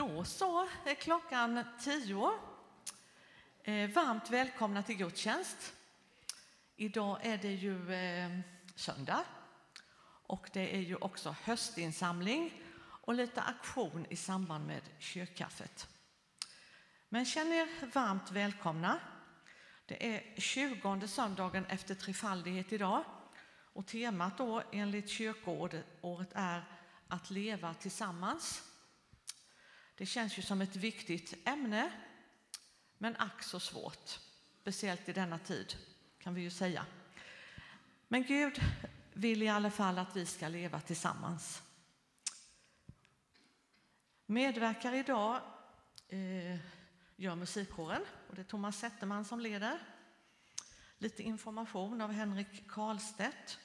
Då så är klockan 10. Varmt välkomna till gudstjänst. Idag är det ju söndag och det är ju också höstinsamling och lite aktion i samband med kyrkkaffet. Men känn er varmt välkomna. Det är 20:e söndagen efter trefaldighet idag och temat då enligt kyrkoåret är att leva tillsammans. Det känns ju som ett viktigt ämne, men ack så svårt, speciellt i denna tid kan vi ju säga. Men Gud vill i alla fall att vi ska leva tillsammans. Medverkar idag gör musikkåren och det är Thomas Zetterman som leder. Lite information av Henrik Karlstedt.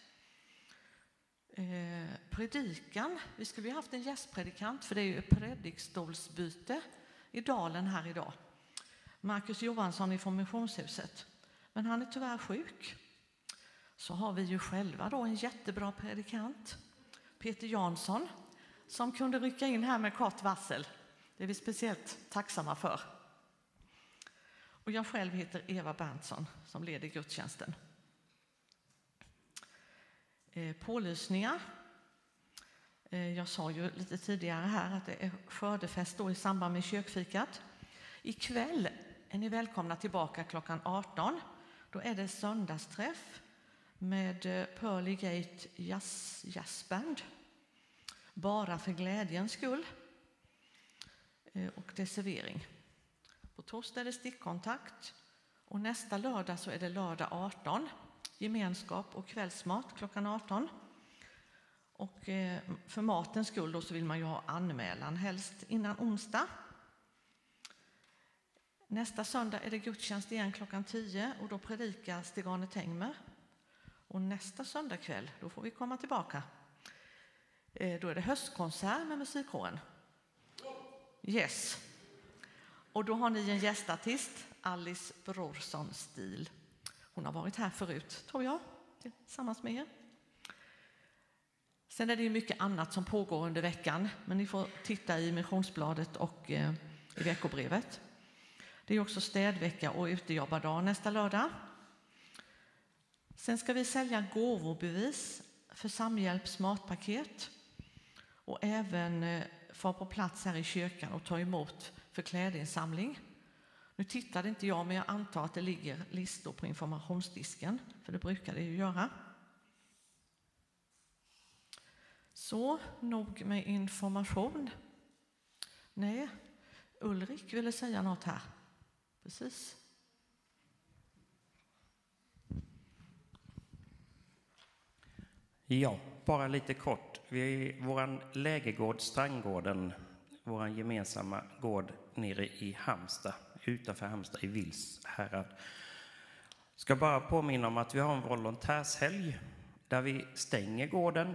Predikan, vi skulle ju haft en gästpredikant för det är ju predikstolsbyte i dalen här idag. Marcus Johansson ifrån Missionshuset, men han är tyvärr sjuk. Så har vi ju själva då en jättebra predikant, Peter Jansson, som kunde rycka in här med kort varsel. Det är vi speciellt tacksamma för. Och jag själv heter Eva Berntsson som leder gudstjänsten. Pålysningar. Jag sa ju lite tidigare här att det är skördefest då i samband med kyrkfikat. Ikväll är ni välkomna tillbaka klockan 18. Då är det söndagsträff med Pearly Gate Jazzband. Bara för glädjens skull. Och det är servering. På torsdag är det stickkontakt. Och nästa lördag så är det lördag 18. Gemenskap och kvällsmat klockan 18. Och för matens skull då så vill man ju ha anmälan helst innan onsdag. Nästa söndag är det gudstjänst igen klockan 10 och då predikar Stig-Arne Tengmer. Och nästa söndag kväll då får vi komma tillbaka. Då är det höstkonsert med musikkåren. Yes. Och då har ni en gästartist, Alice Brorsson Stil. Hon har varit här förut, tror jag, tillsammans med er. Sen är det ju mycket annat som pågår under veckan, men ni får titta i missionsbladet och i veckobrevet. Det är också städvecka och utejobbardag nästa lördag. Sen ska vi sälja gåvobevis för Samhjälps matpaket och även få på plats här i kyrkan och ta emot för klädinsamling. Nu tittade inte jag, men jag antar att det ligger listor på informationsdisken, för det brukar det ju göra. Så, nog med information. Nej, Ulrik ville säga något här. Precis. Ja, bara lite kort. Våran lägergård, Strandgården, vår gemensamma gård nere i Halmstad, utanför Halmstad i Vils härad. Ska bara påminna om att vi har en volontärshelg där vi stänger gården,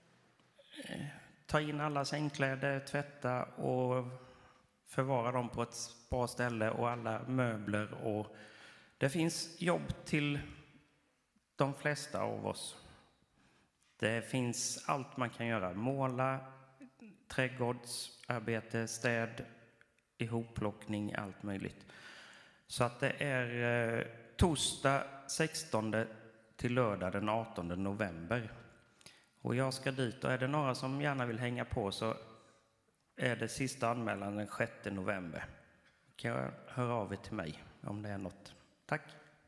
tar in alla sängkläder, tvätta och förvara dem på ett bra ställe och alla möbler. Och det finns jobb till de flesta av oss. Det finns allt man kan göra. Måla, trädgårdsarbete, städ, ihopplockning, allt möjligt. Så att det är torsdag 16 till lördag den 18 november. Och jag ska dit, och är det några som gärna vill hänga på så är det sista anmälan den 6 november. Kan jag höra av er till mig om det är något. Tack.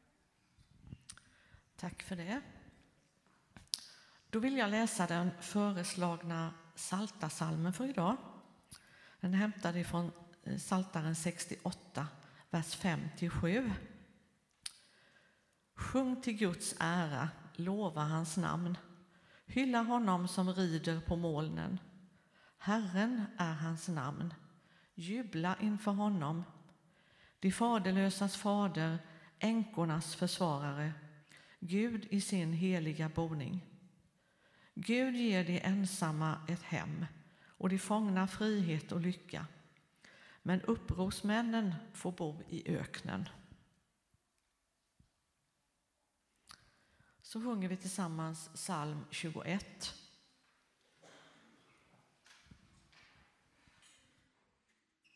Tack för det. Då vill jag läsa den föreslagna Psaltarpsalmen för idag. Den är hämtad ifrån Psaltaren 68, vers 5-7. Sjung till Guds ära, lova hans namn. Hylla honom som rider på molnen. Herren är hans namn. Jubla inför honom. De faderlösas fader, änkornas försvarare. Gud i sin heliga boning. Gud ger de ensamma ett hem och de fångna frihet och lycka. Men upprorsmännen får bo i öknen. Så sjunger vi tillsammans psalm 21.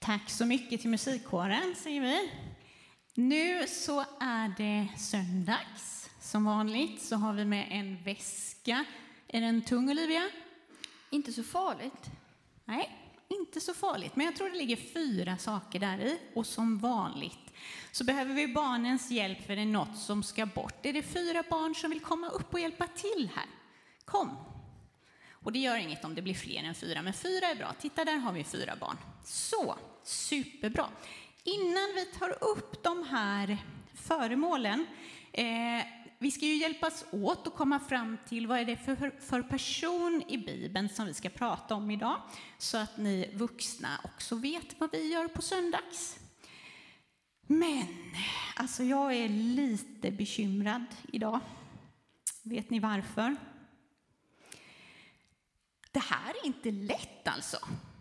Tack så mycket till musikkåren, säger vi. Nu så är det söndags. Som vanligt så har vi med en väska. Är den tung, Olivia? Inte så farligt. Nej, inte så farligt. Men jag tror det ligger 4 saker där i. Och som vanligt så behöver vi barnens hjälp för det är något som ska bort. Är det 4 barn som vill komma upp och hjälpa till här? Kom. Och det gör inget om det blir fler än 4, men 4 är bra. Titta, där har vi 4 barn. Så, superbra. Innan vi tar upp de här föremålen, vi ska ju hjälpas åt att komma fram till vad är det för person i Bibeln som vi ska prata om idag. Så att ni vuxna också vet vad vi gör på söndags. Men, alltså jag är lite bekymrad idag. Vet ni varför? Det här är inte lätt alltså.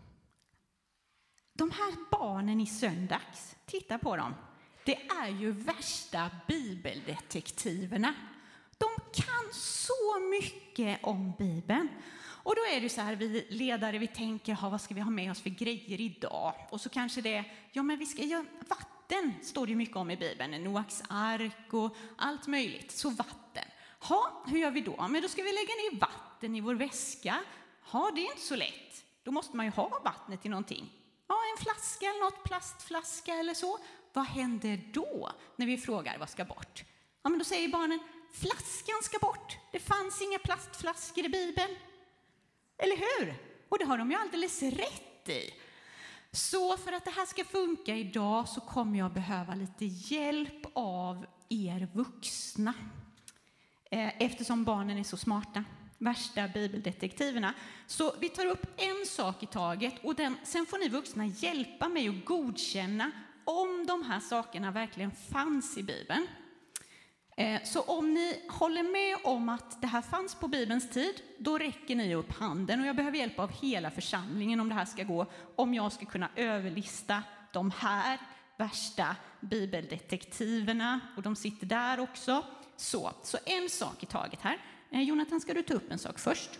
De här barnen i söndags, titta på dem. Det är ju värsta bibeldetektiverna. De kan så mycket om Bibeln. Och då är det så här, vi ledare, vi tänker, vad ska vi ha med oss för grejer idag? Och så kanske det, men vi ska göra vatten, står det ju mycket om i Bibeln. Noaks ark och allt möjligt, så vatten. Hur gör vi då? Men då ska vi lägga ner vatten i vår väska. Det är inte så lätt. Då måste man ju ha vattnet till någonting. En flaska eller något, plastflaska eller så. Vad händer då när vi frågar vad ska bort? Men då säger barnen, flaskan ska bort. Det fanns inga plastflaskor i Bibeln. Eller hur? Och det har de ju alldeles rätt i. Så för att det här ska funka idag så kommer jag behöva lite hjälp av er vuxna. Eftersom barnen är så smarta. Värsta bibeldetektiverna. Så vi tar upp en sak i taget och sen får ni vuxna hjälpa mig att godkänna om de här sakerna verkligen fanns i Bibeln. Så om ni håller med om att det här fanns på Bibelns tid, då räcker ni upp handen. Och jag behöver hjälp av hela församlingen om det här ska gå. Om jag ska kunna överlista de här värsta bibeldetektiverna. Och de sitter där också. Så en sak i taget här. Jonathan, ska du ta upp en sak först?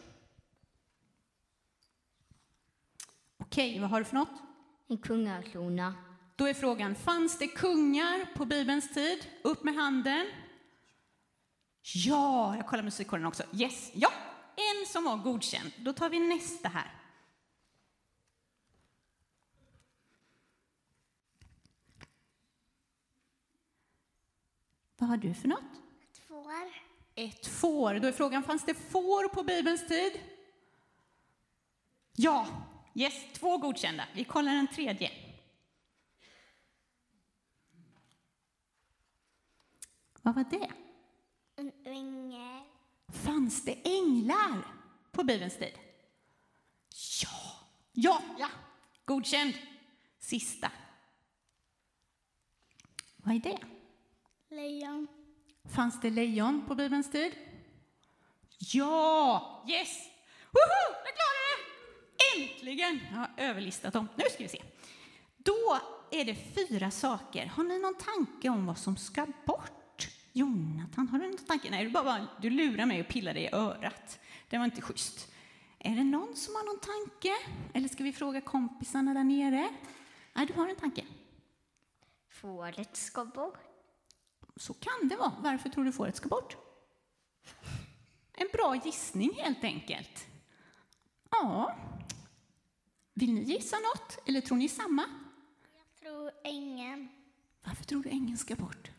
Okej, vad har du för något? En kungakrona. Då är frågan, fanns det kungar på Bibelns tid? Upp med handen. Ja, jag kollar musikkåren också. Yes, ja, en som var godkänd. Då tar vi nästa här. Vad har du för något? Ett får. Ett får. Då är frågan, fanns det får på Bibelns tid? Ja, yes, 2 godkända. Vi kollar en tredje. Vad var det? En ängel. Fanns det änglar på Bibelns tid? Ja, godkänd. Sista. Vad är det? Lejon. Fanns det lejon på Bibelns tid? Ja, yes. Woho, jag klarade det! Äntligen! Jag har överlistat dem. Nu ska vi se. Då är det 4 saker. Har ni någon tanke om vad som ska bort? Jonathan, har du någon tanke? Nej, du lurar mig och pillar dig i örat. Det var inte schysst. Är det någon som har någon tanke? Eller ska vi fråga kompisarna där nere? Nej, du har en tanke. Fåret ska bort. Så kan det vara. Varför tror du fåret ska bort? En bra gissning helt enkelt. Ja. Vill ni gissa något? Eller tror ni samma? Jag tror ängeln. Varför tror du ängeln ska bort?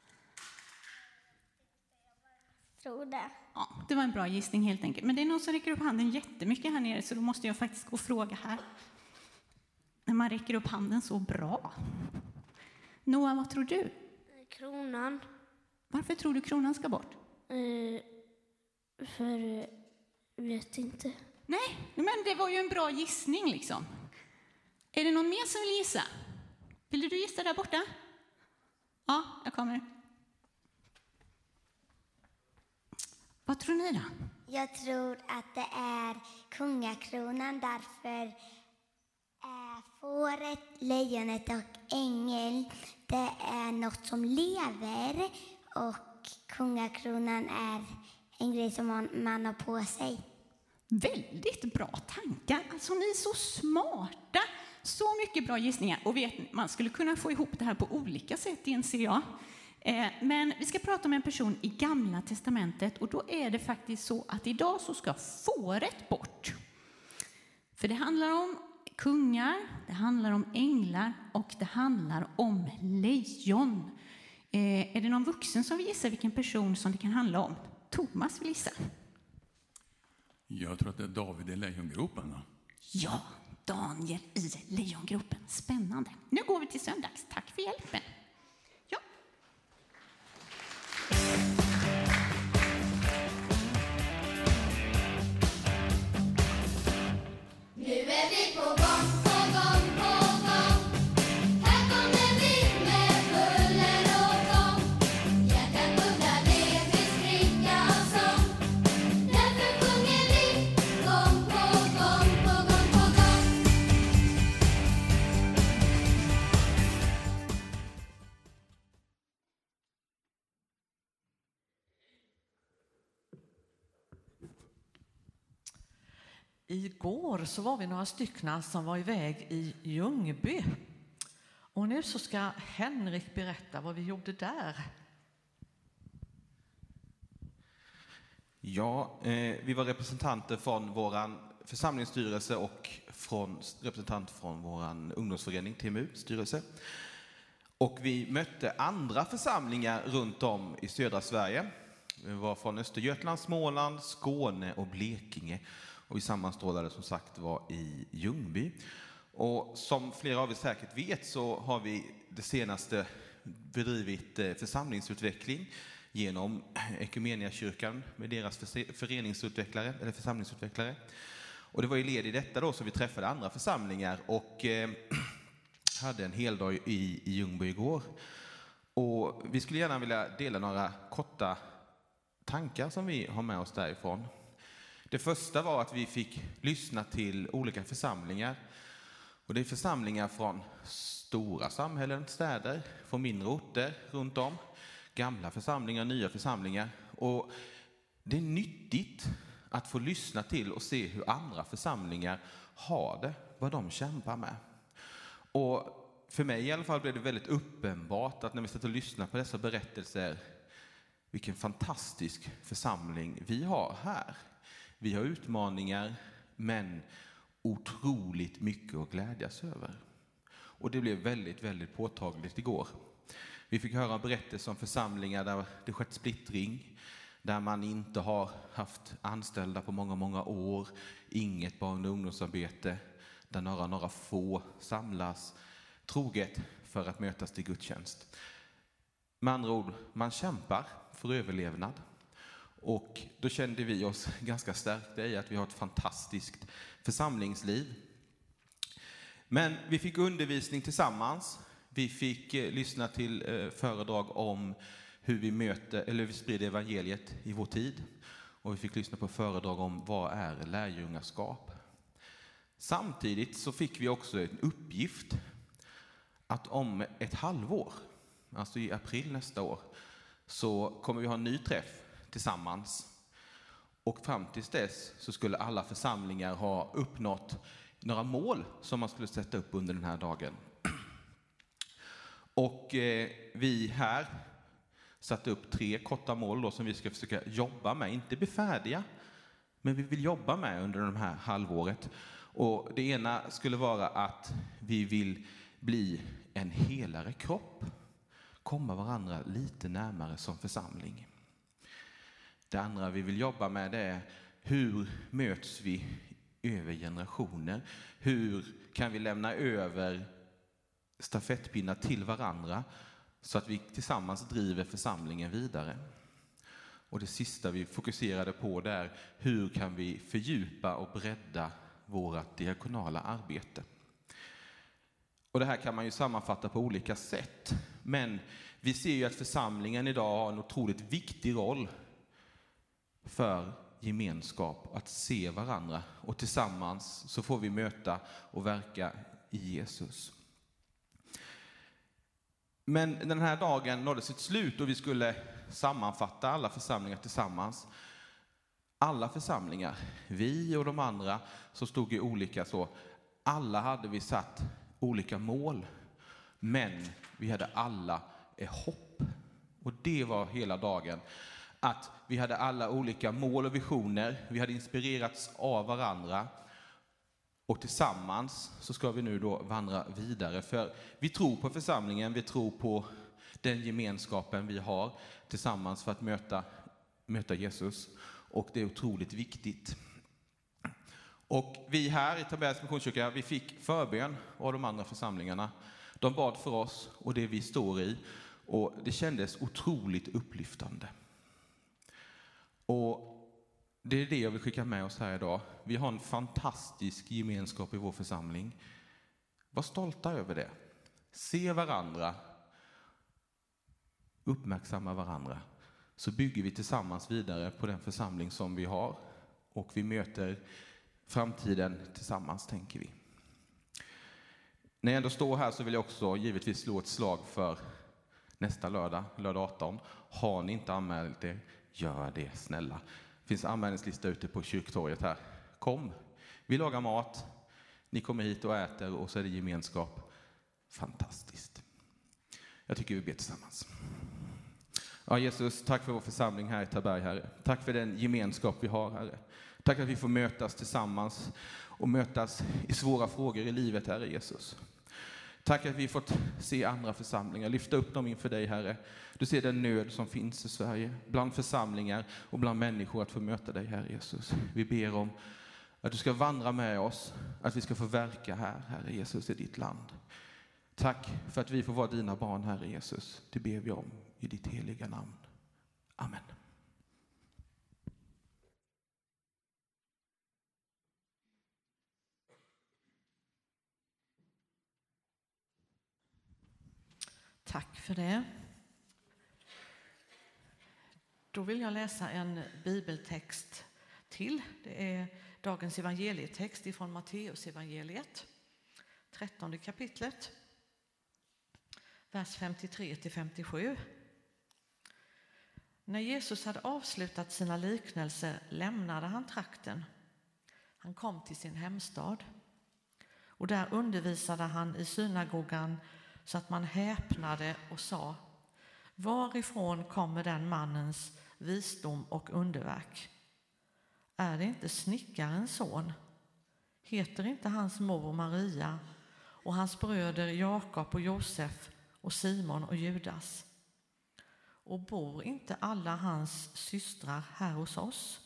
Tror det. Ja, det var en bra gissning helt enkelt. Men det är någon som räcker upp handen jättemycket här nere, så då måste jag faktiskt gå och fråga här. När man räcker upp handen så bra. Noah, vad tror du? Kronan. Varför tror du kronan ska bort? För vet inte. Nej, men det var ju en bra gissning liksom. Är det någon mer som vill gissa? Vill du gissa där borta? Ja, jag kommer. Vad tror ni då? Jag tror att det är kungakronan, därför fåret, lejonet och ängel, det är något som lever, och kungakronan är en grej som man har på sig. Väldigt bra tankar. Alltså ni är så smarta. Så mycket bra gissningar. Och man skulle kunna få ihop det här på olika sätt, inser jag. Men vi ska prata om en person i Gamla testamentet. Och då är det faktiskt så att idag så ska fåret bort. För det handlar om kungar, det handlar om änglar och det handlar om lejon. Är det någon vuxen som vill gissa vilken person som det kan handla om? Thomas vill gissa. Jag tror att det är David i lejongropen. Då. Ja, Daniel i lejongropen. Spännande. Nu går vi till söndags. Tack för hjälpen. Ja. Nu är vi på gång, på gång, på gång. Här kommer vi med buller och gång. Hjärtat bubblar, det vill spricka av sång. Därför sjunger vi gång på gång, på gång, på gång. Igår så var vi några stycken som var iväg i Ljungby. Och nu så ska Henrik berätta vad vi gjorde där. Ja, vi var representanter från vår församlingsstyrelse och representant från vår ungdomsförening, TMU-styrelse. Och vi mötte andra församlingar runt om i södra Sverige. Vi var från Östergötland, Småland, Skåne och Blekinge. Och vi sammanstrålade som sagt var i Ljungby. Och som flera av er säkert vet så har vi det senaste bedrivit församlingsutveckling genom Ekumeniakyrkan med deras föreningsutvecklare eller församlingsutvecklare. Och det var ju led i detta då som vi träffade andra församlingar och hade en hel dag i Ljungby igår. Och vi skulle gärna vilja dela några korta tankar som vi har med oss därifrån. Det första var att vi fick lyssna till olika församlingar. Och det är församlingar från stora samhällen, städer, från mindre orter runt om. Gamla församlingar, nya församlingar. Och det är nyttigt att få lyssna till och se hur andra församlingar har det, vad de kämpar med. Och för mig i alla fall blev det väldigt uppenbart att när vi satt och lyssnade på dessa berättelser, vilken fantastisk församling vi har här. Vi har utmaningar, men otroligt mycket att glädjas över. Och det blev väldigt, väldigt påtagligt igår. Vi fick höra berättelser om församlingar där det skett splittring, där man inte har haft anställda på många, många år, inget barn- och ungdomsarbete, där några få samlas troget för att mötas till gudstjänst. Med andra ord, man kämpar för överlevnad. Och då kände vi oss ganska stärkta i att vi har ett fantastiskt församlingsliv. Men vi fick undervisning tillsammans. Vi fick lyssna till föredrag om hur vi sprider evangeliet i vår tid. Och vi fick lyssna på föredrag om vad är lärjungaskap. Samtidigt så fick vi också en uppgift att om ett halvår, alltså i april nästa år, så kommer vi ha en ny träff tillsammans. Och fram tills dess så skulle alla församlingar ha uppnått några mål som man skulle sätta upp under den här dagen. Och vi här satte upp 3 korta mål då, som vi ska försöka jobba med. Inte bli färdiga, men vi vill jobba med under det här halvåret. Och det ena skulle vara att vi vill bli en helare kropp. Komma varandra lite närmare som församling. Det andra vi vill jobba med är hur möts vi över generationer? Hur kan vi lämna över stafettpinnar till varandra så att vi tillsammans driver församlingen vidare? Och det sista vi fokuserade på det är hur kan vi fördjupa och bredda vårt diakonala arbete? Och det här kan man ju sammanfatta på olika sätt. Men vi ser ju att församlingen idag har en otroligt viktig roll för gemenskap, att se varandra. Och tillsammans så får vi möta och verka i Jesus. Men den här dagen nådde sitt slut och vi skulle sammanfatta alla församlingar tillsammans. Alla församlingar, vi och de andra som stod i olika så, Alla hade vi satt olika mål, men vi hade alla hopp. Och det var hela dagen. Att vi hade alla olika mål och visioner. Vi hade inspirerats av varandra. Och tillsammans så ska vi nu då vandra vidare. För vi tror på församlingen, vi tror på den gemenskapen vi har tillsammans för att möta Jesus. Och det är otroligt viktigt. Och vi här i Tabergs Missionskyrka, vi fick förbön av de andra församlingarna. De bad för oss och det vi står i. Och det kändes otroligt upplyftande. Och det är det jag vill skicka med oss här idag. Vi har en fantastisk gemenskap i vår församling. Var stolta över det. Se varandra. Uppmärksamma varandra. Så bygger vi tillsammans vidare på den församling som vi har. Och vi möter framtiden tillsammans, tänker vi. När jag ändå står här så vill jag också givetvis slå ett slag för nästa lördag 18. Har ni inte anmält er, gör det snälla. Det finns anmälningslista ute på kyrktorget här. Kom, vi lagar mat, ni kommer hit och äter och så är det gemenskap. Fantastiskt. Jag tycker vi ber tillsammans. Ja, Jesus, tack för vår församling här i Taberg, Herre. Tack för den gemenskap vi har, Herre. Tack att vi får mötas tillsammans och mötas i svåra frågor i livet, Herre Jesus. Tack att vi fått se andra församlingar, lyfta upp dem inför dig, Herre. Du ser den nöd som finns i Sverige, bland församlingar och bland människor att få möta dig, Herre Jesus. Vi ber om att du ska vandra med oss, att vi ska få verka här, Herre Jesus, i ditt land. Tack för att vi får vara dina barn, Herre Jesus. Det ber vi om i ditt heliga namn. Amen. Tack för det. Då vill jag läsa en bibeltext till. Det är dagens evangelietext ifrån Matteus evangeliet, 13 kapitlet, vers 53-57. När Jesus hade avslutat sina liknelser lämnade han trakten. Han kom till sin hemstad och där undervisade han i synagogan så att man häpnade och sa: varifrån kommer den mannens visdom och underverk? Är det inte snickarens son? Heter inte hans mor Maria och hans bröder Jakob och Josef och Simon och Judas? Och bor inte alla hans systrar här hos oss?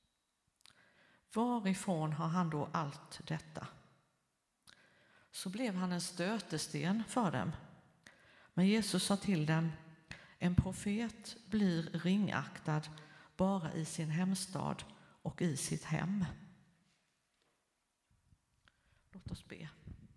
Varifrån har han då allt detta? Så blev han en stötesten för dem. Men Jesus sa till dem: en profet blir ringaktad bara i sin hemstad och i sitt hem. Låt oss be.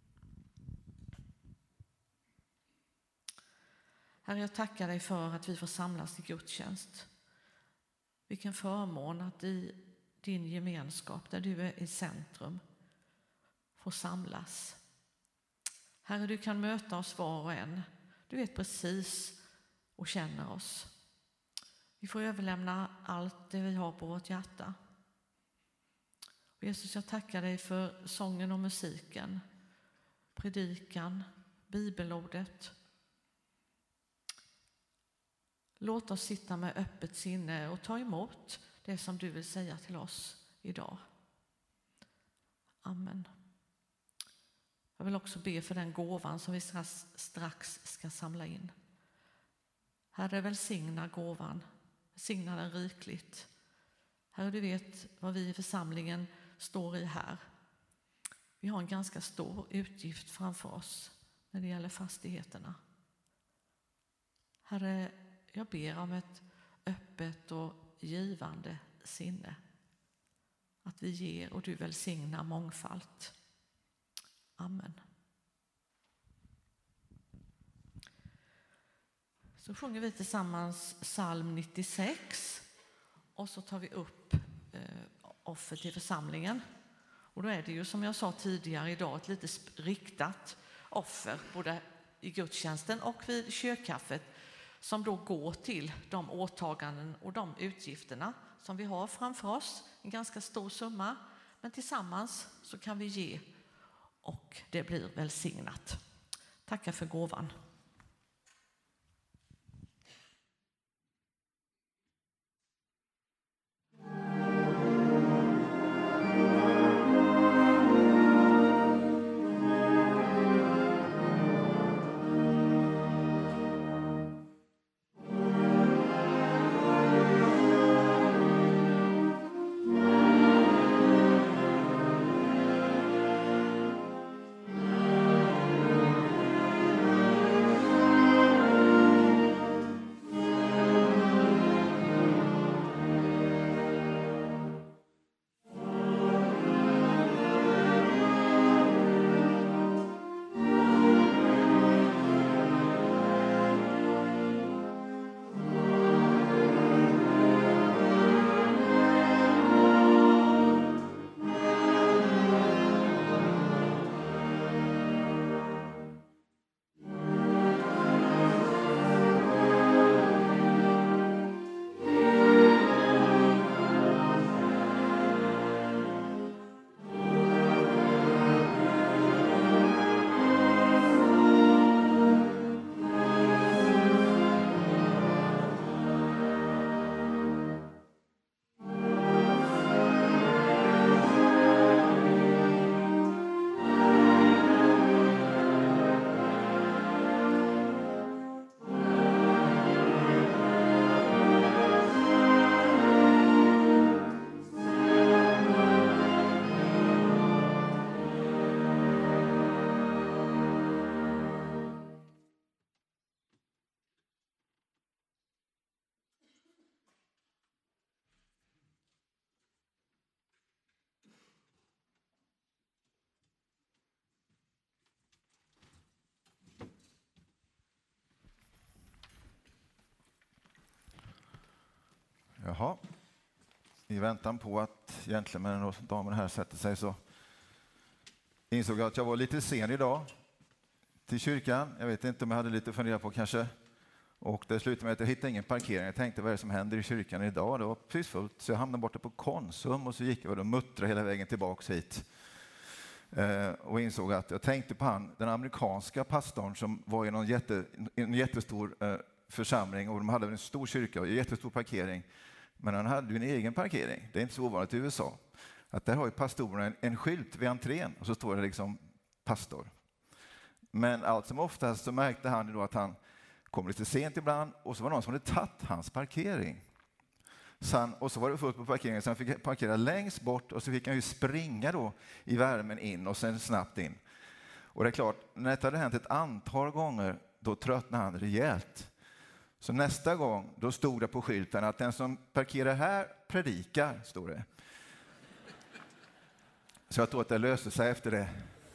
Herre, jag tackar dig för att vi får samlas i gudstjänst. Vilken förmån att i din gemenskap, där du är i centrum, få samlas. Herre, du kan möta oss var och en. Du vet precis och känner oss. Vi får överlämna allt det vi har på vårt hjärta. Och Jesus, jag tackar dig för sången och musiken, predikan, bibelordet. Låt oss sitta med öppet sinne och ta emot det som du vill säga till oss idag. Amen. Jag vill också be för den gåvan som vi strax ska samla in. Herre, välsigna gåvan. Välsigna den rikligt. Herre, du vet vad vi i församlingen står i här. Vi har en ganska stor utgift framför oss när det gäller fastigheterna. Herre, jag ber om ett öppet och givande sinne. Att vi ger och du välsignar mångfald. Amen. Så sjunger vi tillsammans psalm 96 och så tar vi upp offer till församlingen. Och då är det ju, som jag sa tidigare idag, ett lite riktat offer både i gudstjänsten och vid kyrkkaffet som då går till de åtaganden och de utgifterna som vi har framför oss. En ganska stor summa, men tillsammans så kan vi ge och det blir välsignat. Tackar för gåvan. Jaha. I väntan på att gentlemännen och damerna här sätter sig så insåg jag att jag var lite sen idag till kyrkan. Jag vet inte om jag hade lite att fundera på kanske. Och det slutade med att jag hittade ingen parkering. Jag tänkte, vad är det som händer i kyrkan idag? Det var precis fullt, så jag hamnade borta på Konsum och så gick jag och muttrade hela vägen tillbaka hit. Och insåg att jag tänkte på den amerikanska pastorn som var i en jättestor församling, och de hade en stor kyrka och en jättestor parkering. Men han hade ju en egen parkering. Det är inte så ovanligt i USA. Att där har ju pastorerna en skylt vid entrén och så står det liksom pastor. Men allt som oftast så märkte han då att han kom lite sent ibland och så var det någon som hade tagit hans parkering. Och så var det fullt på parkeringen så han fick parkera längst bort och så fick han ju springa då i värmen in och sen snabbt in. Och det är klart, när det hade hänt ett antal gånger då tröttnade han rejält. Så nästa gång då stod det på skylten att den som parkerar här predikar, står det. Så jag tror att det löste sig efter det.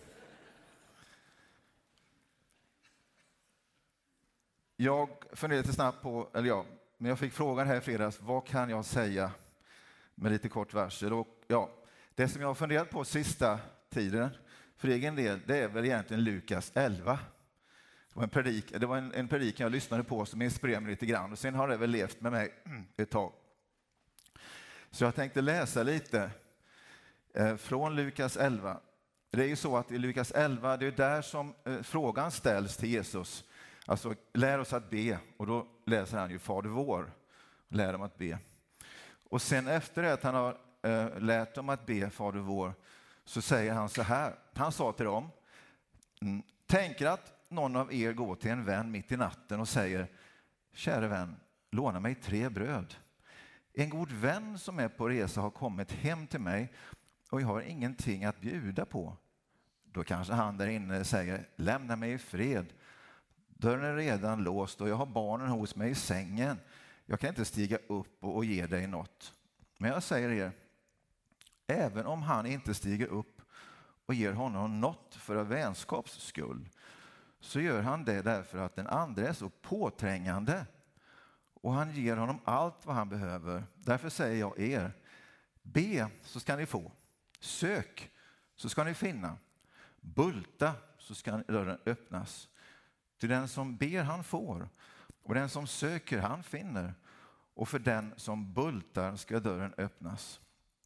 Jag funderade lite snabbt på, men jag fick frågan här i fredags, vad kan jag säga med lite kort varsel? Och det som jag har funderat på sista tiden, för egen del, det är väl egentligen Lukas 11. Det var en predikan jag lyssnade på som inspirerade mig lite grann, och sen har det väl levt med mig ett tag. Så jag tänkte läsa lite från Lukas 11. Det är ju så att i Lukas 11, det är där som frågan ställs till Jesus. Alltså, lär oss att be. Och då läser han ju Fader vår. Lär dem att be. Och sen efter att han har lärt dem att be Fader vår, så säger han så här. Han sa till dem, tänker att någon av er går till en vän mitt i natten och säger, kära vän, låna mig 3 bröd. En god vän som är på resa har kommit hem till mig och jag har ingenting att bjuda på. Då kanske han där inne säger, lämna mig i fred. Dörren är redan låst och jag har barnen hos mig i sängen. Jag kan inte stiga upp och ge dig något. Men jag säger er, även om han inte stiger upp och ger honom något för av vänskaps skull, så gör han det därför att den andra är så påträngande och han ger honom allt vad han behöver. Därför säger jag er, be så ska ni få, sök så ska ni finna, bulta så ska dörren öppnas. Till den som ber han får, och den som söker han finner, och för den som bultar ska dörren öppnas.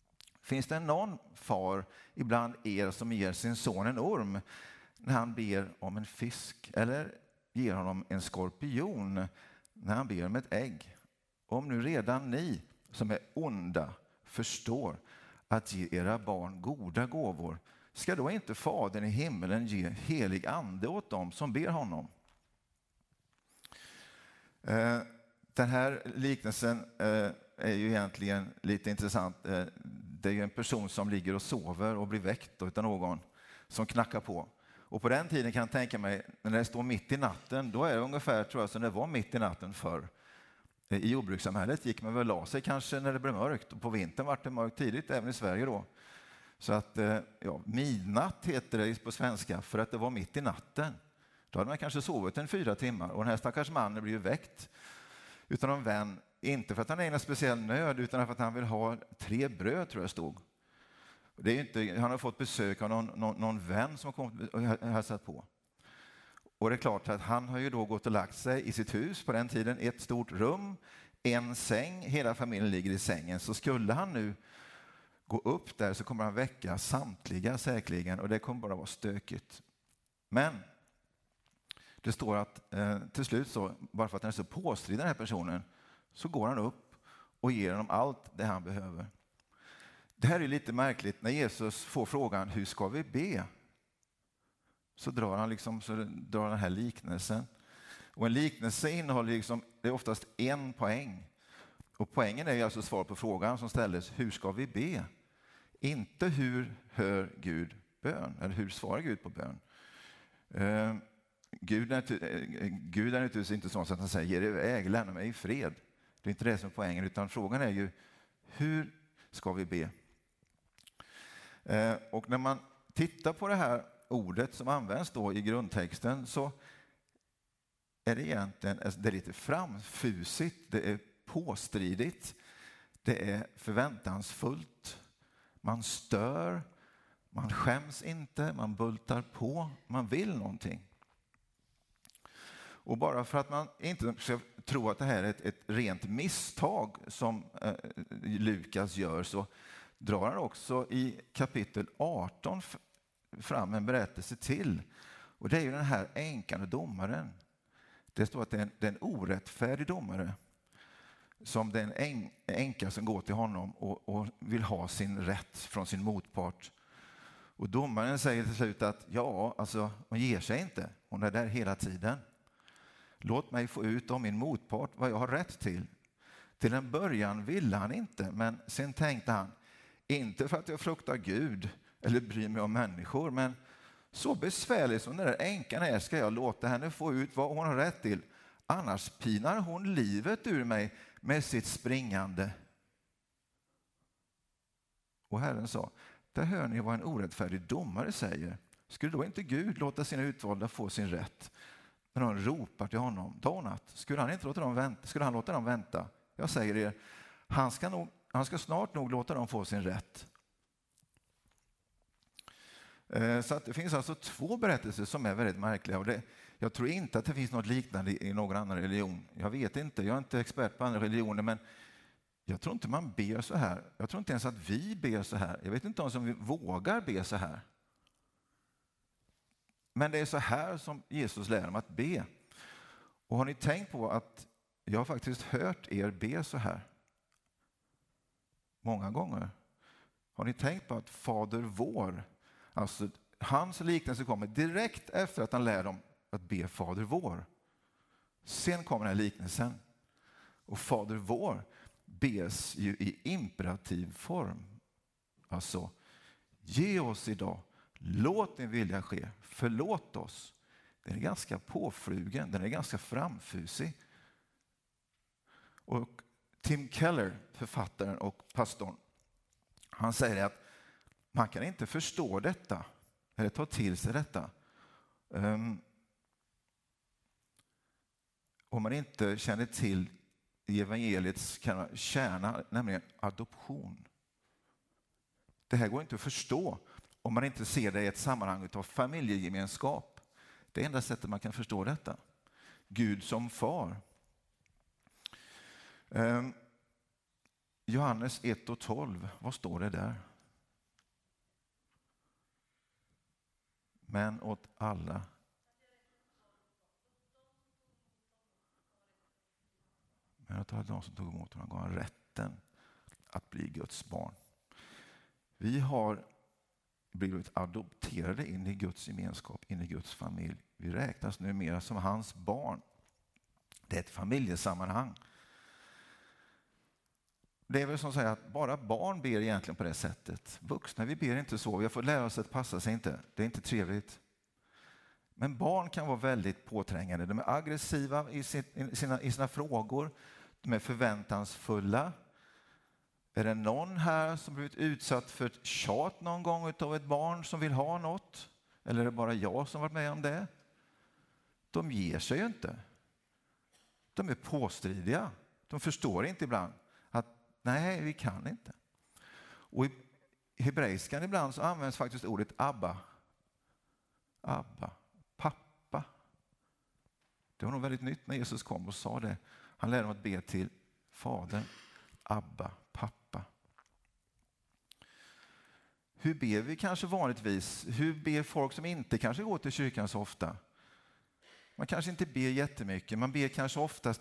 Finns det någon far ibland er som ger sin son en orm när han ber om en fisk, eller ger honom en skorpion när han ber om ett ägg? Om nu redan ni som är onda förstår att ge era barn goda gåvor, ska då inte Fadern i himmelen ge helig ande åt dem som ber honom? Den här liknelsen är ju egentligen lite intressant. Det är ju en person som ligger och sover och blir väckt av någon som knackar på. Och på den tiden kan jag tänka mig, när det står mitt i natten, då är det ungefär, tror jag, som det var mitt i natten förr. I jordbrukssamhället gick man väl la sig kanske när det blev mörkt. Och på vintern var det mörkt tidigt, även i Sverige då. Så att, midnatt heter det på svenska, för att det var mitt i natten. Då hade man kanske sovit en 4 timmar. Och den här stackars mannen blir ju väckt utan en vän. Inte för att han är i en speciell nöd, utan för att han vill ha 3 bröd, tror jag stod. Det är inte, han har fått besök av någon vän som har kommit och hälsat på. Och det är klart att han har ju då gått och lagt sig i sitt hus på den tiden. Ett stort rum, en säng, hela familjen ligger i sängen. Så skulle han nu gå upp där så kommer han väcka samtliga säkerligen, och det kommer bara vara stökigt. Men det står att till slut så, bara för att han är så påstridig den här personen, så går han upp och ger honom allt det han behöver. Det här är lite märkligt. När Jesus får frågan, hur ska vi be? Så drar han den här liknelsen. Och en liknelse innehåller det är oftast en poäng. Och poängen är ju alltså svar på frågan som ställdes, hur ska vi be? Inte hur hör Gud bön, eller hur svarar Gud på bön? Gud är naturligtvis inte sån att han säger, ge dig iväg, lämna mig i fred. Det är inte det som är poängen, utan frågan är ju, hur ska vi be? Och när man tittar på det här ordet som används då i grundtexten, så är det egentligen det är lite framfusigt, det är påstridigt, det är förväntansfullt, man stör, man skäms inte, man bultar på, man vill någonting. Och bara för att man inte ska tro att det här är ett rent misstag som Lukas gör, så drar han också i kapitel 18 fram en berättelse till. Och det är ju den här änkan och domaren. Det står att det är en orättfärdig domare. Som det är en änka som går till honom och vill ha sin rätt från sin motpart. Och domaren säger till slut att hon ger sig inte. Hon är där hela tiden. Låt mig få ut av min motpart vad jag har rätt till. Till en början ville han inte, men sen tänkte han, inte för att jag fruktar Gud eller bryr mig om människor, men så besvärlig som den där änkan är ska jag låta henne få ut vad hon har rätt till. Annars pinar hon livet ur mig med sitt springande. Och Herren sa, där hör ni vad en orättfärdig domare säger. Skulle då inte Gud låta sina utvalda få sin rätt? När de ropar till honom, Donat, skulle han låta dem vänta? Jag säger er, han ska snart nog låta dem få sin rätt. Så att det finns alltså 2 berättelser som är väldigt märkliga. Och jag tror inte att det finns något liknande i någon annan religion. Jag vet inte, jag är inte expert på andra religioner, men jag tror inte man ber så här. Jag tror inte ens att vi ber så här. Jag vet inte om vi vågar be så här. Men det är så här som Jesus lär om att be. Och har ni tänkt på att jag har faktiskt hört er be så här många gånger? Har ni tänkt på att Fader vår, alltså hans liknelse kommer direkt efter att han lär dem att be Fader vår. Sen kommer den här liknelsen. Och Fader vår bes ju i imperativ form. Alltså, ge oss idag, låt din vilja ske, förlåt oss. Den är ganska påflugen, den är ganska framfusig. Och Tim Keller, författaren och pastorn, han säger att man kan inte förstå detta eller ta till sig detta om man inte känner till evangeliets kärna, nämligen adoption. Det här går inte att förstå om man inte ser det i ett sammanhang av familjegemenskap. Det är enda sättet man kan förstå detta. Gud som far. Johannes 1:12, vad står det där? men åt alla. Men åt alla de som tog emot honom gav han rätten att bli Guds barn. Vi har blivit adopterade in i Guds gemenskap, in i Guds familj. Vi räknas numera som hans barn. Det är ett familjesammanhang. Det är väl som att säga att bara barn ber egentligen på det sättet. Vuxna, vi ber inte så. Vi har fått lära oss att passa sig inte. Det är inte trevligt. Men barn kan vara väldigt påträngande. De är aggressiva i sina frågor. De är förväntansfulla. Är det någon här som blivit utsatt för ett tjat någon gång av ett barn som vill ha något? Eller är det bara jag som varit med om det? De ger sig ju inte. De är påstridiga. De förstår inte ibland att nej, vi kan inte. Och i hebreiskan ibland så används faktiskt ordet Abba. Abba, pappa. Det var nog väldigt nytt när Jesus kom och sa det. Han lärde dem att be till Fadern. Abba, pappa. Hur ber vi kanske vanligtvis? Hur ber folk som inte kanske går till kyrkan så ofta? Man kanske inte ber jättemycket. Man ber kanske oftast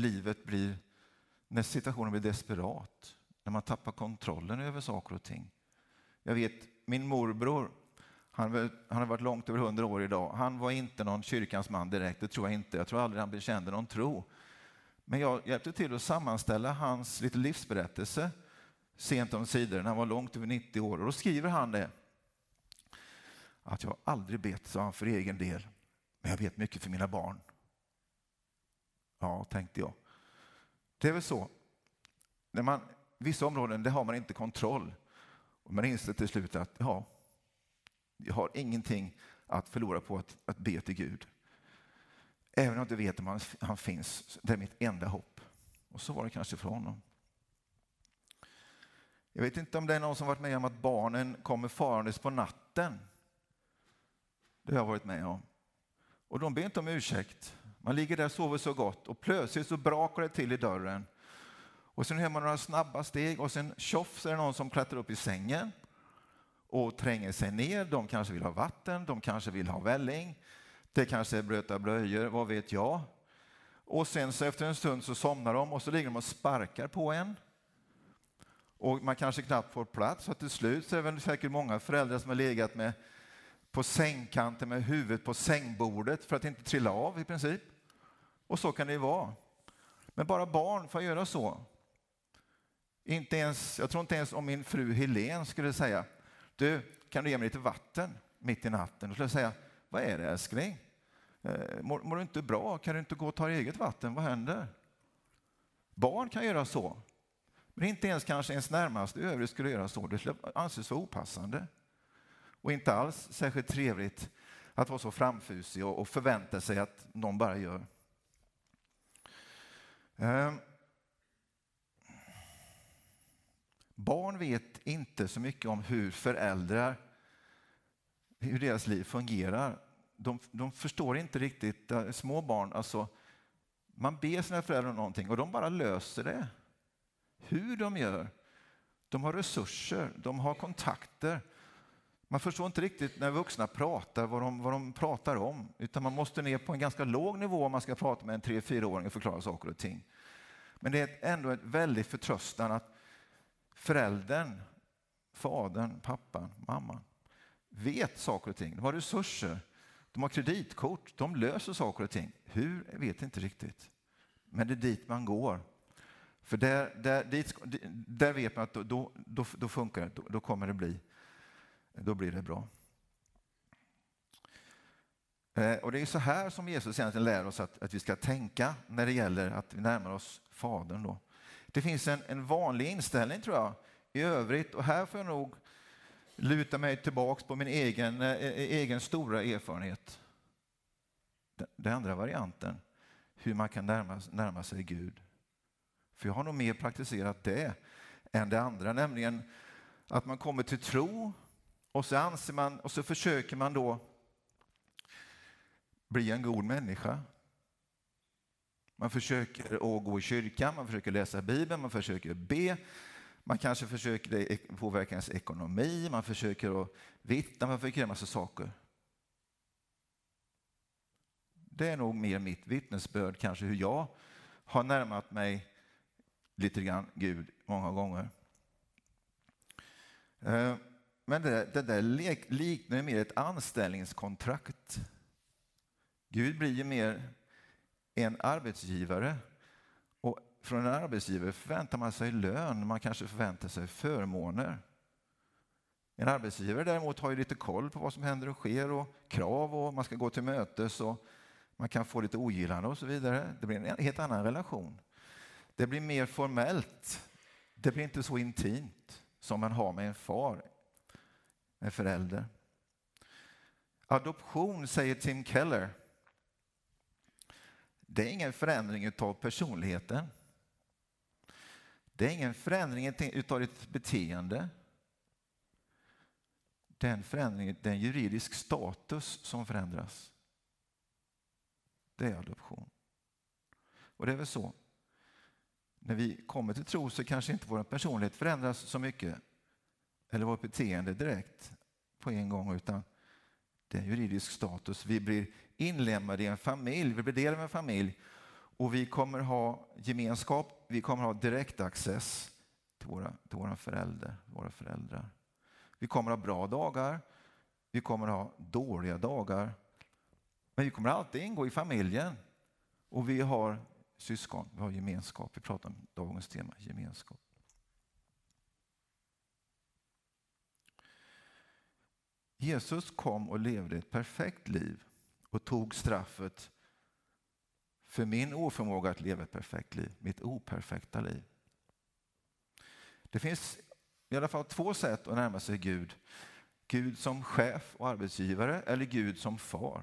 när situationen blir desperat. När man tappar kontrollen över saker och ting. Jag vet, min morbror, han har varit långt över 100 år idag. Han var inte någon kyrkans man direkt, det tror jag inte. Jag tror aldrig han bekände någon tro. Men jag hjälpte till att sammanställa hans lite livsberättelse sent om sidor när han var långt över 90 år. Och då skriver han det. Att jag aldrig bett så han för egen del. Men jag vet mycket för mina barn. Ja, tänkte jag. Det är väl så. Vissa områden, det har man inte kontroll. Och man inser till slut att jag har ingenting att förlora på att be till Gud. Även om jag inte vet om han finns. Det är mitt enda hopp. Och så var det kanske för honom. Jag vet inte om det är någon som varit med om att barnen kommer farandes på natten. Det har jag varit med om. Och de ber inte om ursäkt. Man ligger där och sover så gott. Och plötsligt så brakar det till i dörren. Och sen hör man några snabba steg. Och sen tjoff så är det någon som klättrar upp i sängen. Och tränger sig ner. De kanske vill ha vatten. De kanske vill ha välling. Det kanske är blöta blöjor. Vad vet jag. Och sen så efter en stund så somnar de. Och så ligger de och sparkar på en. Och man kanske knappt får plats. Så till slut så är det säkert många föräldrar som har legat på sängkanten med huvudet på sängbordet för att inte trilla av i princip. Och så kan det vara. Men bara barn får göra så. Jag tror inte ens om min fru Helene skulle säga, du, kan du ge mig lite vatten mitt i natten? Då skulle jag säga, vad är det älskling? Mår du inte bra? Kan du inte gå och ta eget vatten? Vad händer? Barn kan göra så. Men inte ens kanske ens närmaste övrigt skulle göra så. Det skulle anses vara opassande. Och inte alls särskilt trevligt att vara så framfusig och förvänta sig att någon bara gör. Barn vet inte så mycket om hur deras liv fungerar. De förstår inte riktigt, små barn, alltså man ber sina föräldrar om någonting och de bara löser det. Hur de gör. De har resurser, de har kontakter. Man förstår inte riktigt när vuxna pratar vad de pratar om. Utan man måste ner på en ganska låg nivå om man ska prata med en 3-4-åring och förklara saker och ting. Men det är ändå ett väldigt förtröstan att föräldern, fadern, pappan, mamman vet saker och ting. De har resurser, de har kreditkort, de löser saker och ting. Hur vet inte riktigt. Men det är dit man går. För där vet man att då funkar det, då kommer det bli. Då blir det bra. Och det är så här som Jesus egentligen lär oss att vi ska tänka när det gäller att vi närmar oss Fadern. Då. Det finns en vanlig inställning tror jag i övrigt. Och här får jag nog luta mig tillbaka på min egen stora erfarenhet. Den andra varianten. Hur man kan närma sig Gud. För jag har nog mer praktiserat det än det andra. Nämligen att man kommer till tro. Och så försöker man då bli en god människa. Man försöker att gå i kyrkan, man försöker läsa Bibeln, man försöker be. Man kanske försöker påverka ens ekonomi, man försöker att vittna, man försöker göra en massa saker. Det är nog mer mitt vittnesbörd, kanske hur jag har närmat mig lite grann Gud många gånger. Men det där liknar mer ett anställningskontrakt. Gud blir ju mer en arbetsgivare. Och från en arbetsgivare förväntar man sig lön, man kanske förväntar sig förmåner. En arbetsgivare däremot har ju lite koll på vad som händer och sker och krav, och man ska gå till mötes och man kan få lite ogillande och så vidare. Det blir en helt annan relation. Det blir mer formellt. Det blir inte så intimt som man har med en far, en förälder. Adoption, säger Tim Keller, det är ingen förändring av personligheten. Det är ingen förändring av ditt beteende. Den förändringen, det är en juridisk status som förändras. Det är adoption. Och det är väl så. När vi kommer till tro så kanske inte vår personlighet förändras så mycket, eller vårt beteende direkt på en gång, utan det är en juridisk status. Vi blir inlemmade i en familj, vi blir del av en familj, och vi kommer ha gemenskap, vi kommer ha direktaccess till våra föräldrar. Vi kommer ha bra dagar, vi kommer ha dåliga dagar, men vi kommer alltid ingå i familjen, och vi har syskon, vi har gemenskap. Vi pratar om dagens tema, gemenskap. Jesus kom och levde ett perfekt liv och tog straffet för min oförmåga att leva ett perfekt liv, mitt operfekta liv. Det finns i alla fall 2 sätt att närma sig Gud. Gud som chef och arbetsgivare, eller Gud som far.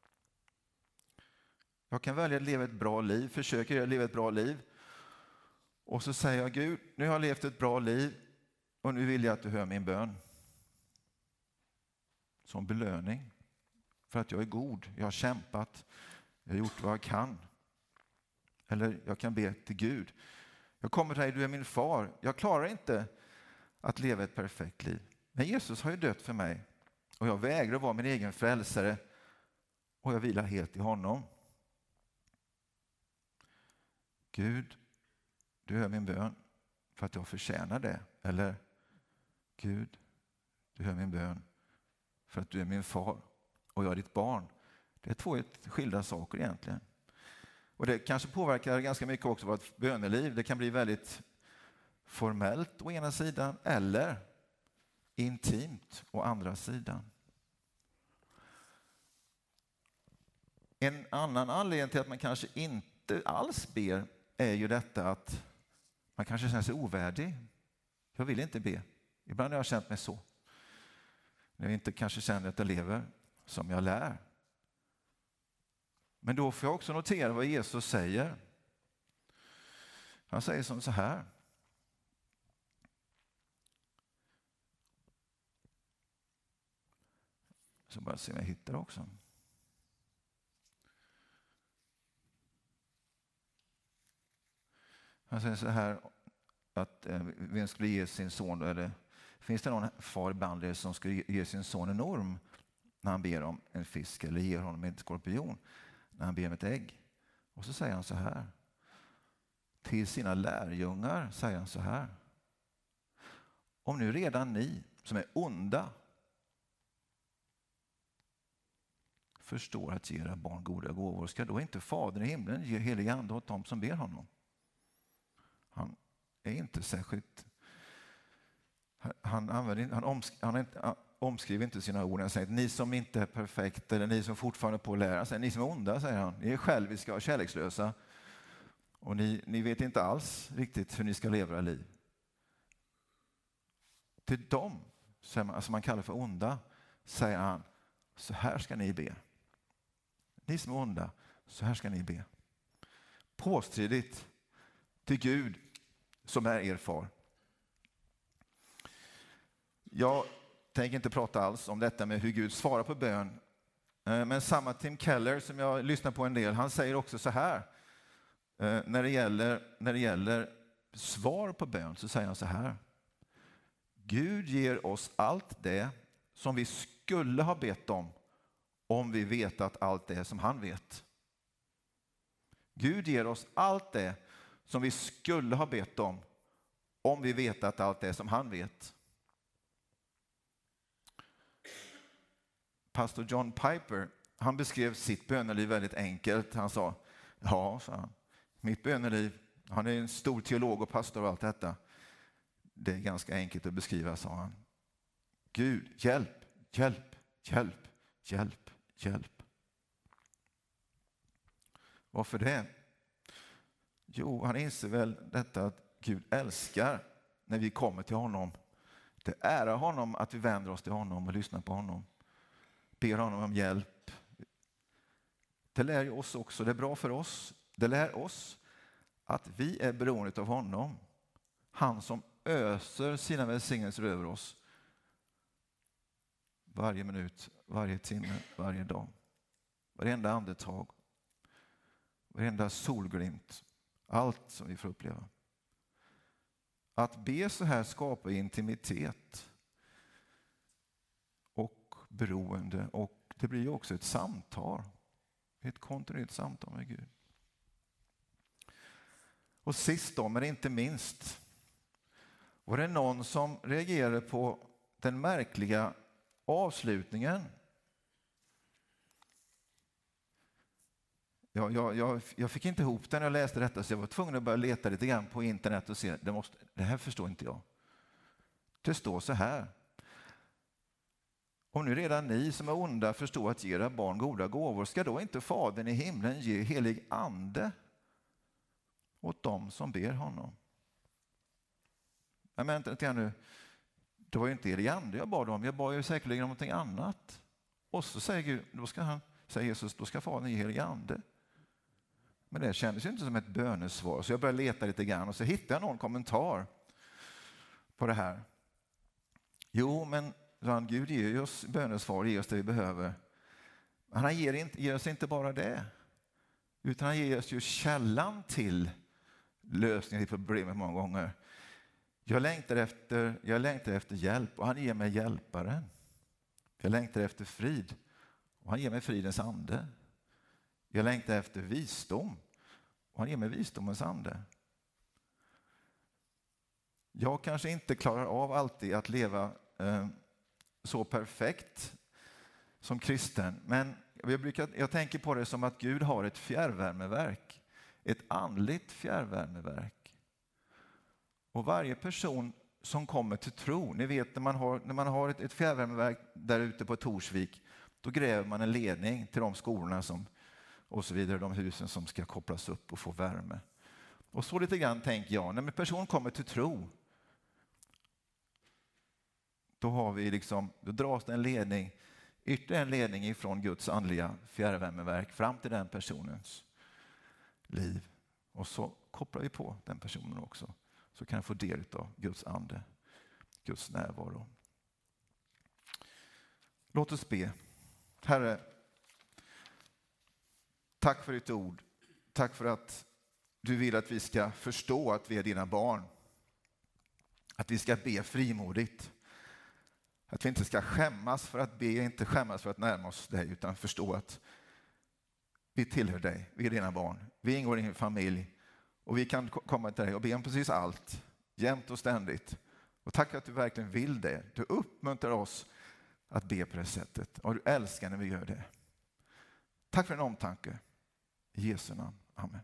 Jag kan välja att leva ett bra liv, försöker leva ett bra liv. Och så säger jag: Gud, nu har jag levt ett bra liv och nu vill jag att du hör min bön. Som belöning för att jag är god, jag har kämpat, jag har gjort vad jag kan. Eller jag kan be till Gud: jag kommer till dig, du är min far. Jag klarar inte att leva ett perfekt liv. Men Jesus har ju dött för mig och jag vägrar vara min egen frälsare, och jag vilar helt i honom. Gud, du hör min bön för att jag förtjänar det. Eller Gud, du hör min bön för att du är min far och jag är ditt barn. Det är 2 skilda saker egentligen. Och det kanske påverkar ganska mycket också vårt böneliv. Det kan bli väldigt formellt å ena sidan, eller intimt å andra sidan. En annan anledning till att man kanske inte alls ber är ju detta att man kanske känner sig ovärdig. Jag vill inte be. Ibland har jag känt mig så. När jag inte kanske känner att jag lever som jag lär. Men då får jag också notera vad Jesus säger. Han säger som så här. Så bara se om jag hittar också. Han säger så här att vem skulle ge sin son, eller finns det någon far bland er som skulle ge sin son en orm när han ber om en fisk, eller ger honom en skorpion när han ber om ett ägg? Och så säger han så här. Till sina lärjungar säger han så här. Om nu redan ni som är onda förstår att ge era barn goda gåvor, ska då inte Fadern i himlen ge helig ande åt dem som ber honom? Han är inte särskilt... Han omskriver inte sina ord. Han säger att ni som inte är perfekta, eller ni som fortfarande på att lära sig, ni som är onda, säger han. Ni är själviska och kärlekslösa. Och ni vet inte alls riktigt hur ni ska leva era liv. Till dem som man kallar för onda säger han: så här ska ni be. Ni som är onda, så här ska ni be. Påstridigt till Gud som är er far. Jag tänker inte prata alls om detta med hur Gud svarar på bön. Men samma Tim Keller som jag lyssnar på en del, han säger också så här. När det gäller svar på bön så säger han så här. Gud ger oss allt det som vi skulle ha bett om vi vet att allt det som han vet. Gud ger oss allt det som vi skulle ha bett om vi vetat allt det som han vet. Pastor John Piper, han beskrev sitt böneliv väldigt enkelt. Han sa, ja, sa han, mitt böneliv, han är en stor teolog och pastor och allt detta. Det är ganska enkelt att beskriva, sa han. Gud, hjälp, hjälp, hjälp, hjälp, hjälp. Varför det? Jo, han inser väl detta att Gud älskar när vi kommer till honom. Det ärar honom att vi vänder oss till honom och lyssnar på honom. Ber honom om hjälp. Det lär ju oss också, det är bra för oss. Det lär oss att vi är beroende av honom. Han som öser sina välsignelser över oss. Varje minut, varje timme, varje dag. Varenda andetag. Varenda solglimt. Allt som vi får uppleva. Att be så här skapar intimitet. Och beroende. Och det blir ju också ett samtal. Ett kontinuerligt samtal med Gud. Och sist då, men inte minst. Var det någon som reagerade på den märkliga avslutningen? Jag fick inte ihop den när jag läste detta, så jag var tvungen att börja leta lite grann på internet och se. Det här förstår inte jag. Det står så här. Om nu redan ni som är onda förstår att ge era barn goda gåvor, ska då inte Fadern i himlen ge helig ande åt dem som ber honom? Men vänta lite grann nu. Det var ju inte helig ande jag bad om. Jag bad ju säkerligen om någonting annat. Och så säger Gud, säger Jesus, då ska Fadern ge helig ande. Men det kändes ju inte som ett bönesvar. Så jag började leta lite grann och så hittade jag någon kommentar på det här. Jo, men Gud ger oss bönesvar, ger oss det vi behöver. Han ger oss inte bara det. Utan han ger oss ju källan till lösningen till problemet många gånger. Jag längtar efter hjälp och han ger mig hjälparen. Jag längtar efter frid och han ger mig fridens ande. Jag längtar efter visdom och han ger mig visdomens ande. Jag kanske inte klarar av alltid att leva så perfekt som kristen, men jag tänker på det som att Gud har ett fjärrvärmeverk, ett andligt fjärrvärmeverk. Och varje person som kommer till tro, ni vet när man har ett fjärrvärmeverk där ute på Torsvik, då gräver man en ledning till de skolorna och så vidare, de husen som ska kopplas upp och få värme. Och så lite grann tänker jag, när en person kommer till tro, då dras det ytterligare en ledning ifrån Guds andliga fjärrvärmeverk fram till den personens liv. Och så kopplar vi på den personen också. Så kan jag få del av Guds ande, Guds närvaro. Låt oss be. Herre, tack för ditt ord. Tack för att du vill att vi ska förstå att vi är dina barn. Att vi ska be frimodigt. Att vi inte ska skämmas för att be, inte skämmas för att närma oss dig, utan förstå att vi tillhör dig, vi är dina barn. Vi ingår i din familj och vi kan komma till dig och be om precis allt, jämt och ständigt. Och tack att du verkligen vill det. Du uppmuntrar oss att be på det sättet och du älskar när vi gör det. Tack för en omtanke. I Jesu namn. Amen.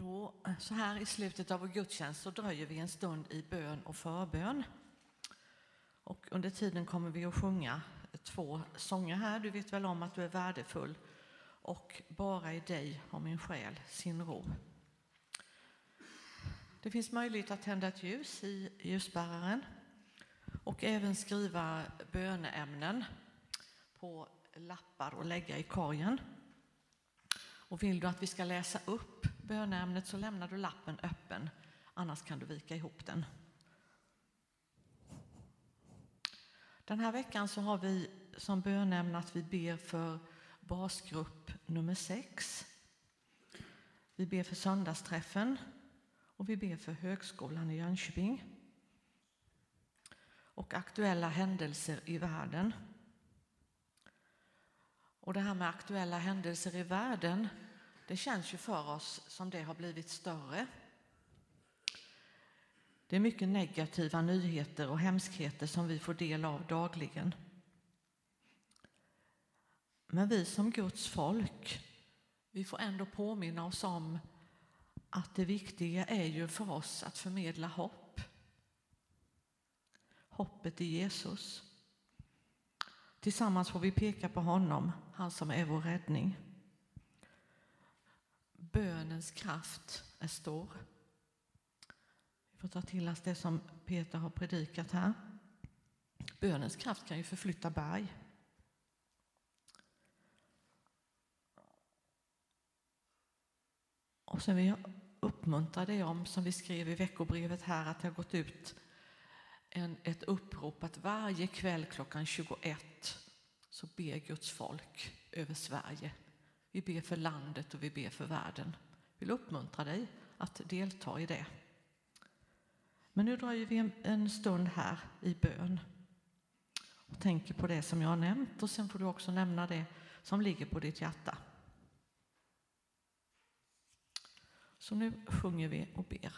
Då, så här i slutet av vår gudstjänst så dröjer vi en stund i bön och förbön. Och under tiden kommer vi att sjunga 2 sånger här. Du vet väl om att du är värdefull och bara i dig har min själ sin ro. Det finns möjlighet att tända ett ljus i ljusbäraren och även skriva böneämnen på lappar och lägga i korgen. Och vill du att vi ska läsa upp böneämnet så lämnar du lappen öppen, annars kan du vika ihop den. Den här veckan så har vi som böneämne att vi ber för basgrupp nummer 6. Vi ber för söndagsträffen och vi ber för högskolan i Jönköping. Och aktuella händelser i världen. Och det här med aktuella händelser i världen, det känns ju för oss som det har blivit större. Det är mycket negativa nyheter och hemskheter som vi får del av dagligen. Men vi som Guds folk, vi får ändå påminna oss om att det viktiga är ju för oss att förmedla hopp. Hoppet i Jesus. Tillsammans får vi peka på honom, han som är vår räddning. Bönens kraft är stor. Vi får ta till oss det som Peter har predikat här. Bönens kraft kan ju förflytta berg. Och sen vill jag uppmuntra dig om, som vi skrev i veckobrevet här, att det har gått ut ett upprop att varje kväll klockan 21 så ber Guds folk över Sverige. Vi ber för landet och vi ber för världen. Jag vill uppmuntra dig att delta i det. Men nu drar vi en stund här i bön och tänker på det som jag har nämnt, och sen får du också nämna det som ligger på ditt hjärta. Så nu sjunger vi och ber.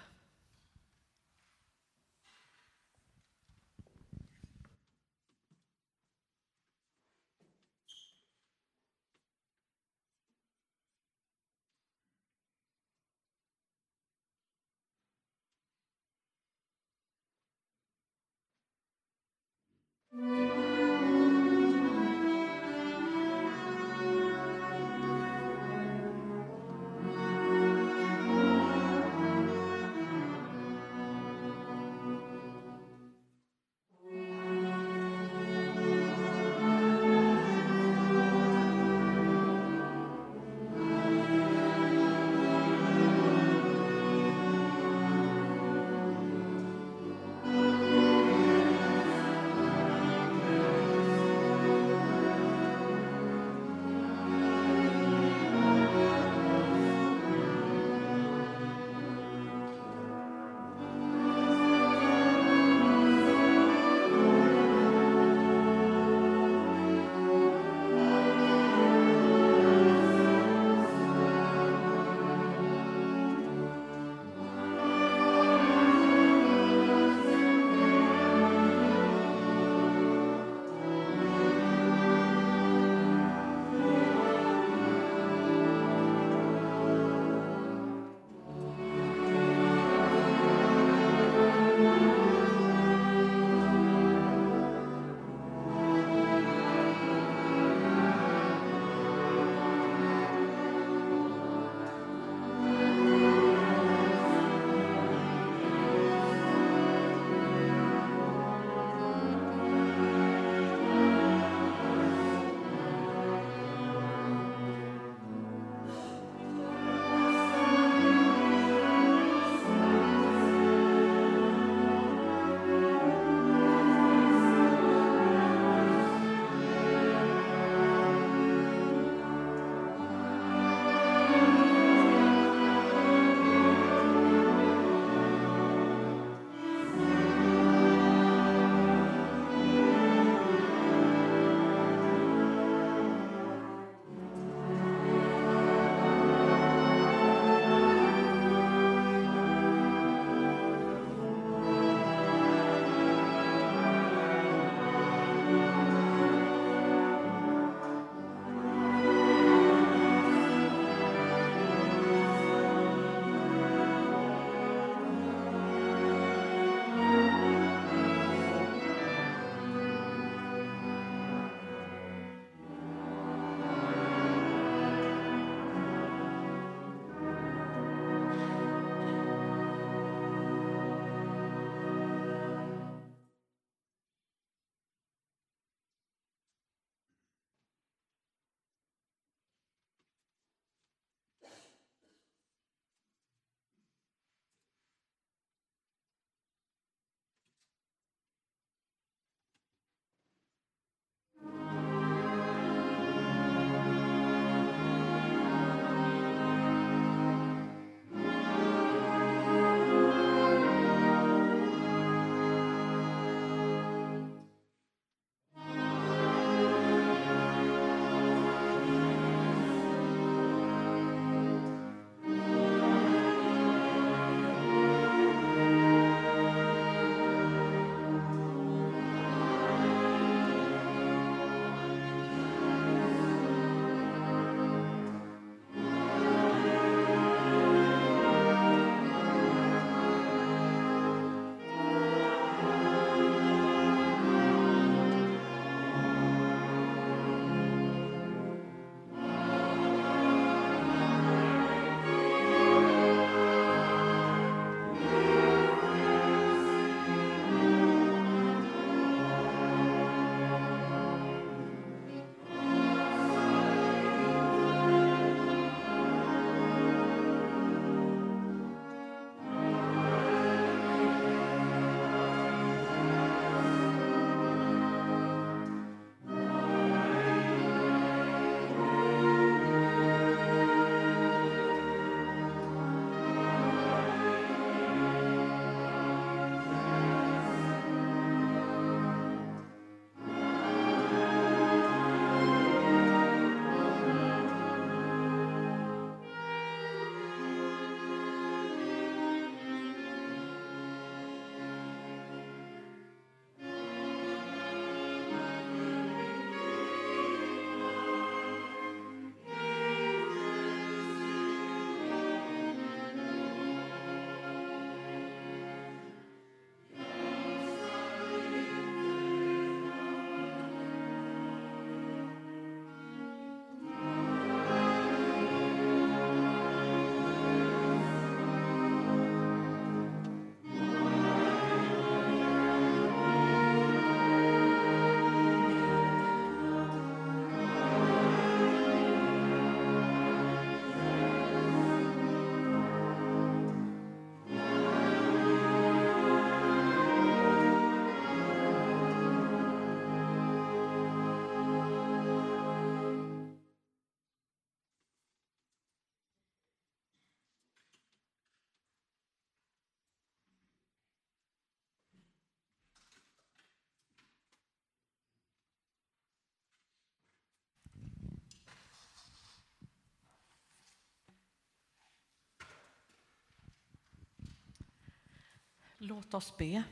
Låt oss be.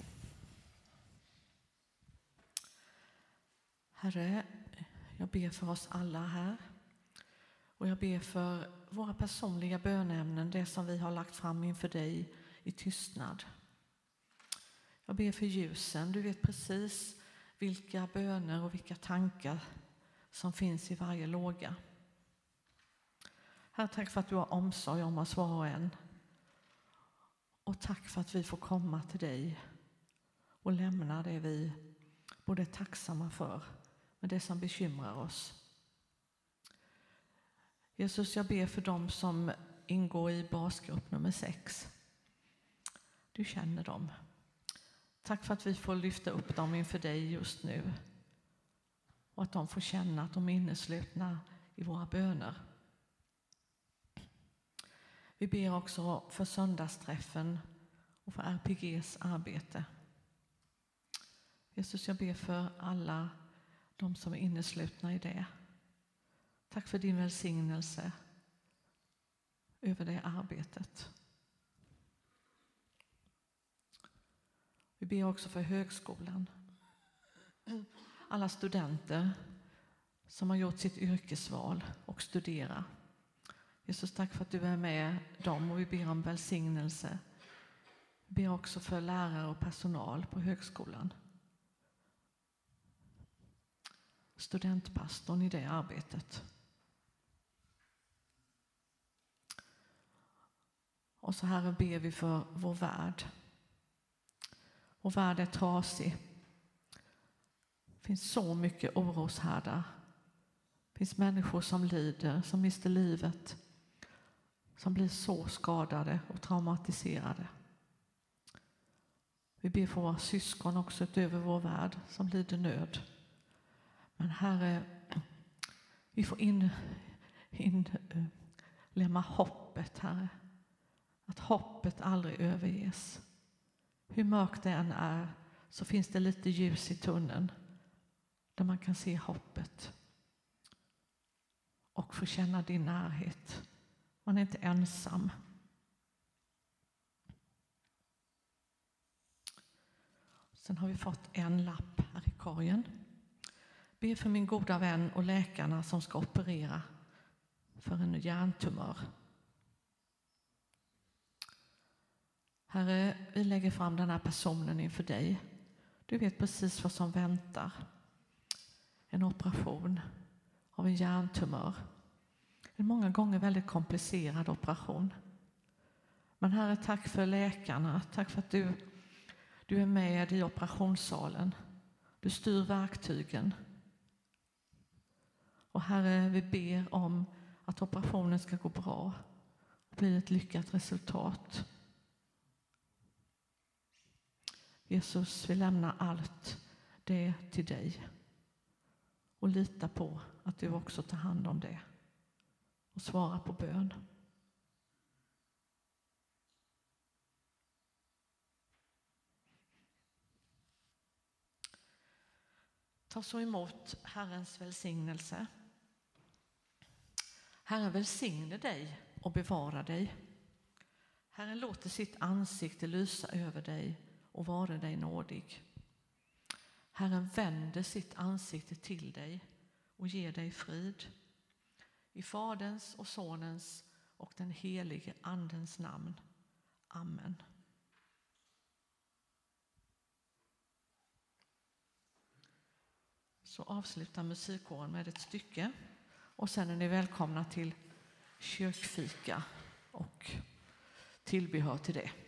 Herre, jag ber för oss alla här. Och jag ber för våra personliga bönämnen, det som vi har lagt fram inför dig i tystnad. Jag ber för ljusen. Du vet precis vilka böner och vilka tankar som finns i varje låga. Herre, tack för att du har omsorg om oss var och en. Och tack för att vi får komma till dig och lämna det vi både är tacksamma för, men det som bekymrar oss. Jesus, jag ber för dem som ingår i basgrupp nummer 6. Du känner dem. Tack för att vi får lyfta upp dem inför dig just nu. Och att de får känna att de är inneslutna i våra böner. Vi ber också för söndagsträffen och för RPGs arbete. Jesus, jag ber för alla de som är inneslutna i det. Tack för din välsignelse över det arbetet. Vi ber också för högskolan. Alla studenter som har gjort sitt yrkesval och studerar. Jesus, tack för att du är med dem och vi ber om välsignelse. Vi ber också för lärare och personal på högskolan. Studentpastorn i det arbetet. Och så här ber vi för vår värld. Vår värld är trasig. Det finns så mycket oroshärdar. Det finns människor som lider, som mister livet. Som blir så skadade och traumatiserade. Vi ber för våra syskon också utöver vår värld som lider nöd. Men Herre, vi får inlemma hoppet, Herre. Att hoppet aldrig överges. Hur mörkt det än är så finns det lite ljus i tunneln där man kan se hoppet och få känna din närhet. Man är inte ensam. Sen har vi fått en lapp här i korgen. Be för min goda vän och läkarna som ska operera för en hjärntumör. Herre, vi lägger fram den här personen inför dig. Du vet precis vad som väntar. En operation av en hjärntumör. En många gånger väldigt komplicerad operation. Men Herre, tack för läkarna. Tack för att du är med i operationssalen. Du styr verktygen. Och Herre, vi ber om att operationen ska gå bra och bli ett lyckat resultat. Jesus, vi lämnar allt det till dig och litar på att du också tar hand om det och svarar på bön. Ta så emot Herrens välsignelse. Herren välsigne dig och bevara dig. Herren låter sitt ansikte lysa över dig och vara dig nådig. Herren vänder sitt ansikte till dig och ger dig frid. I Faderns och Sonens och den helige Andens namn. Amen. Så avslutar musikkåren med ett stycke. Och sen är ni välkomna till kyrkfika och tillbehör till det.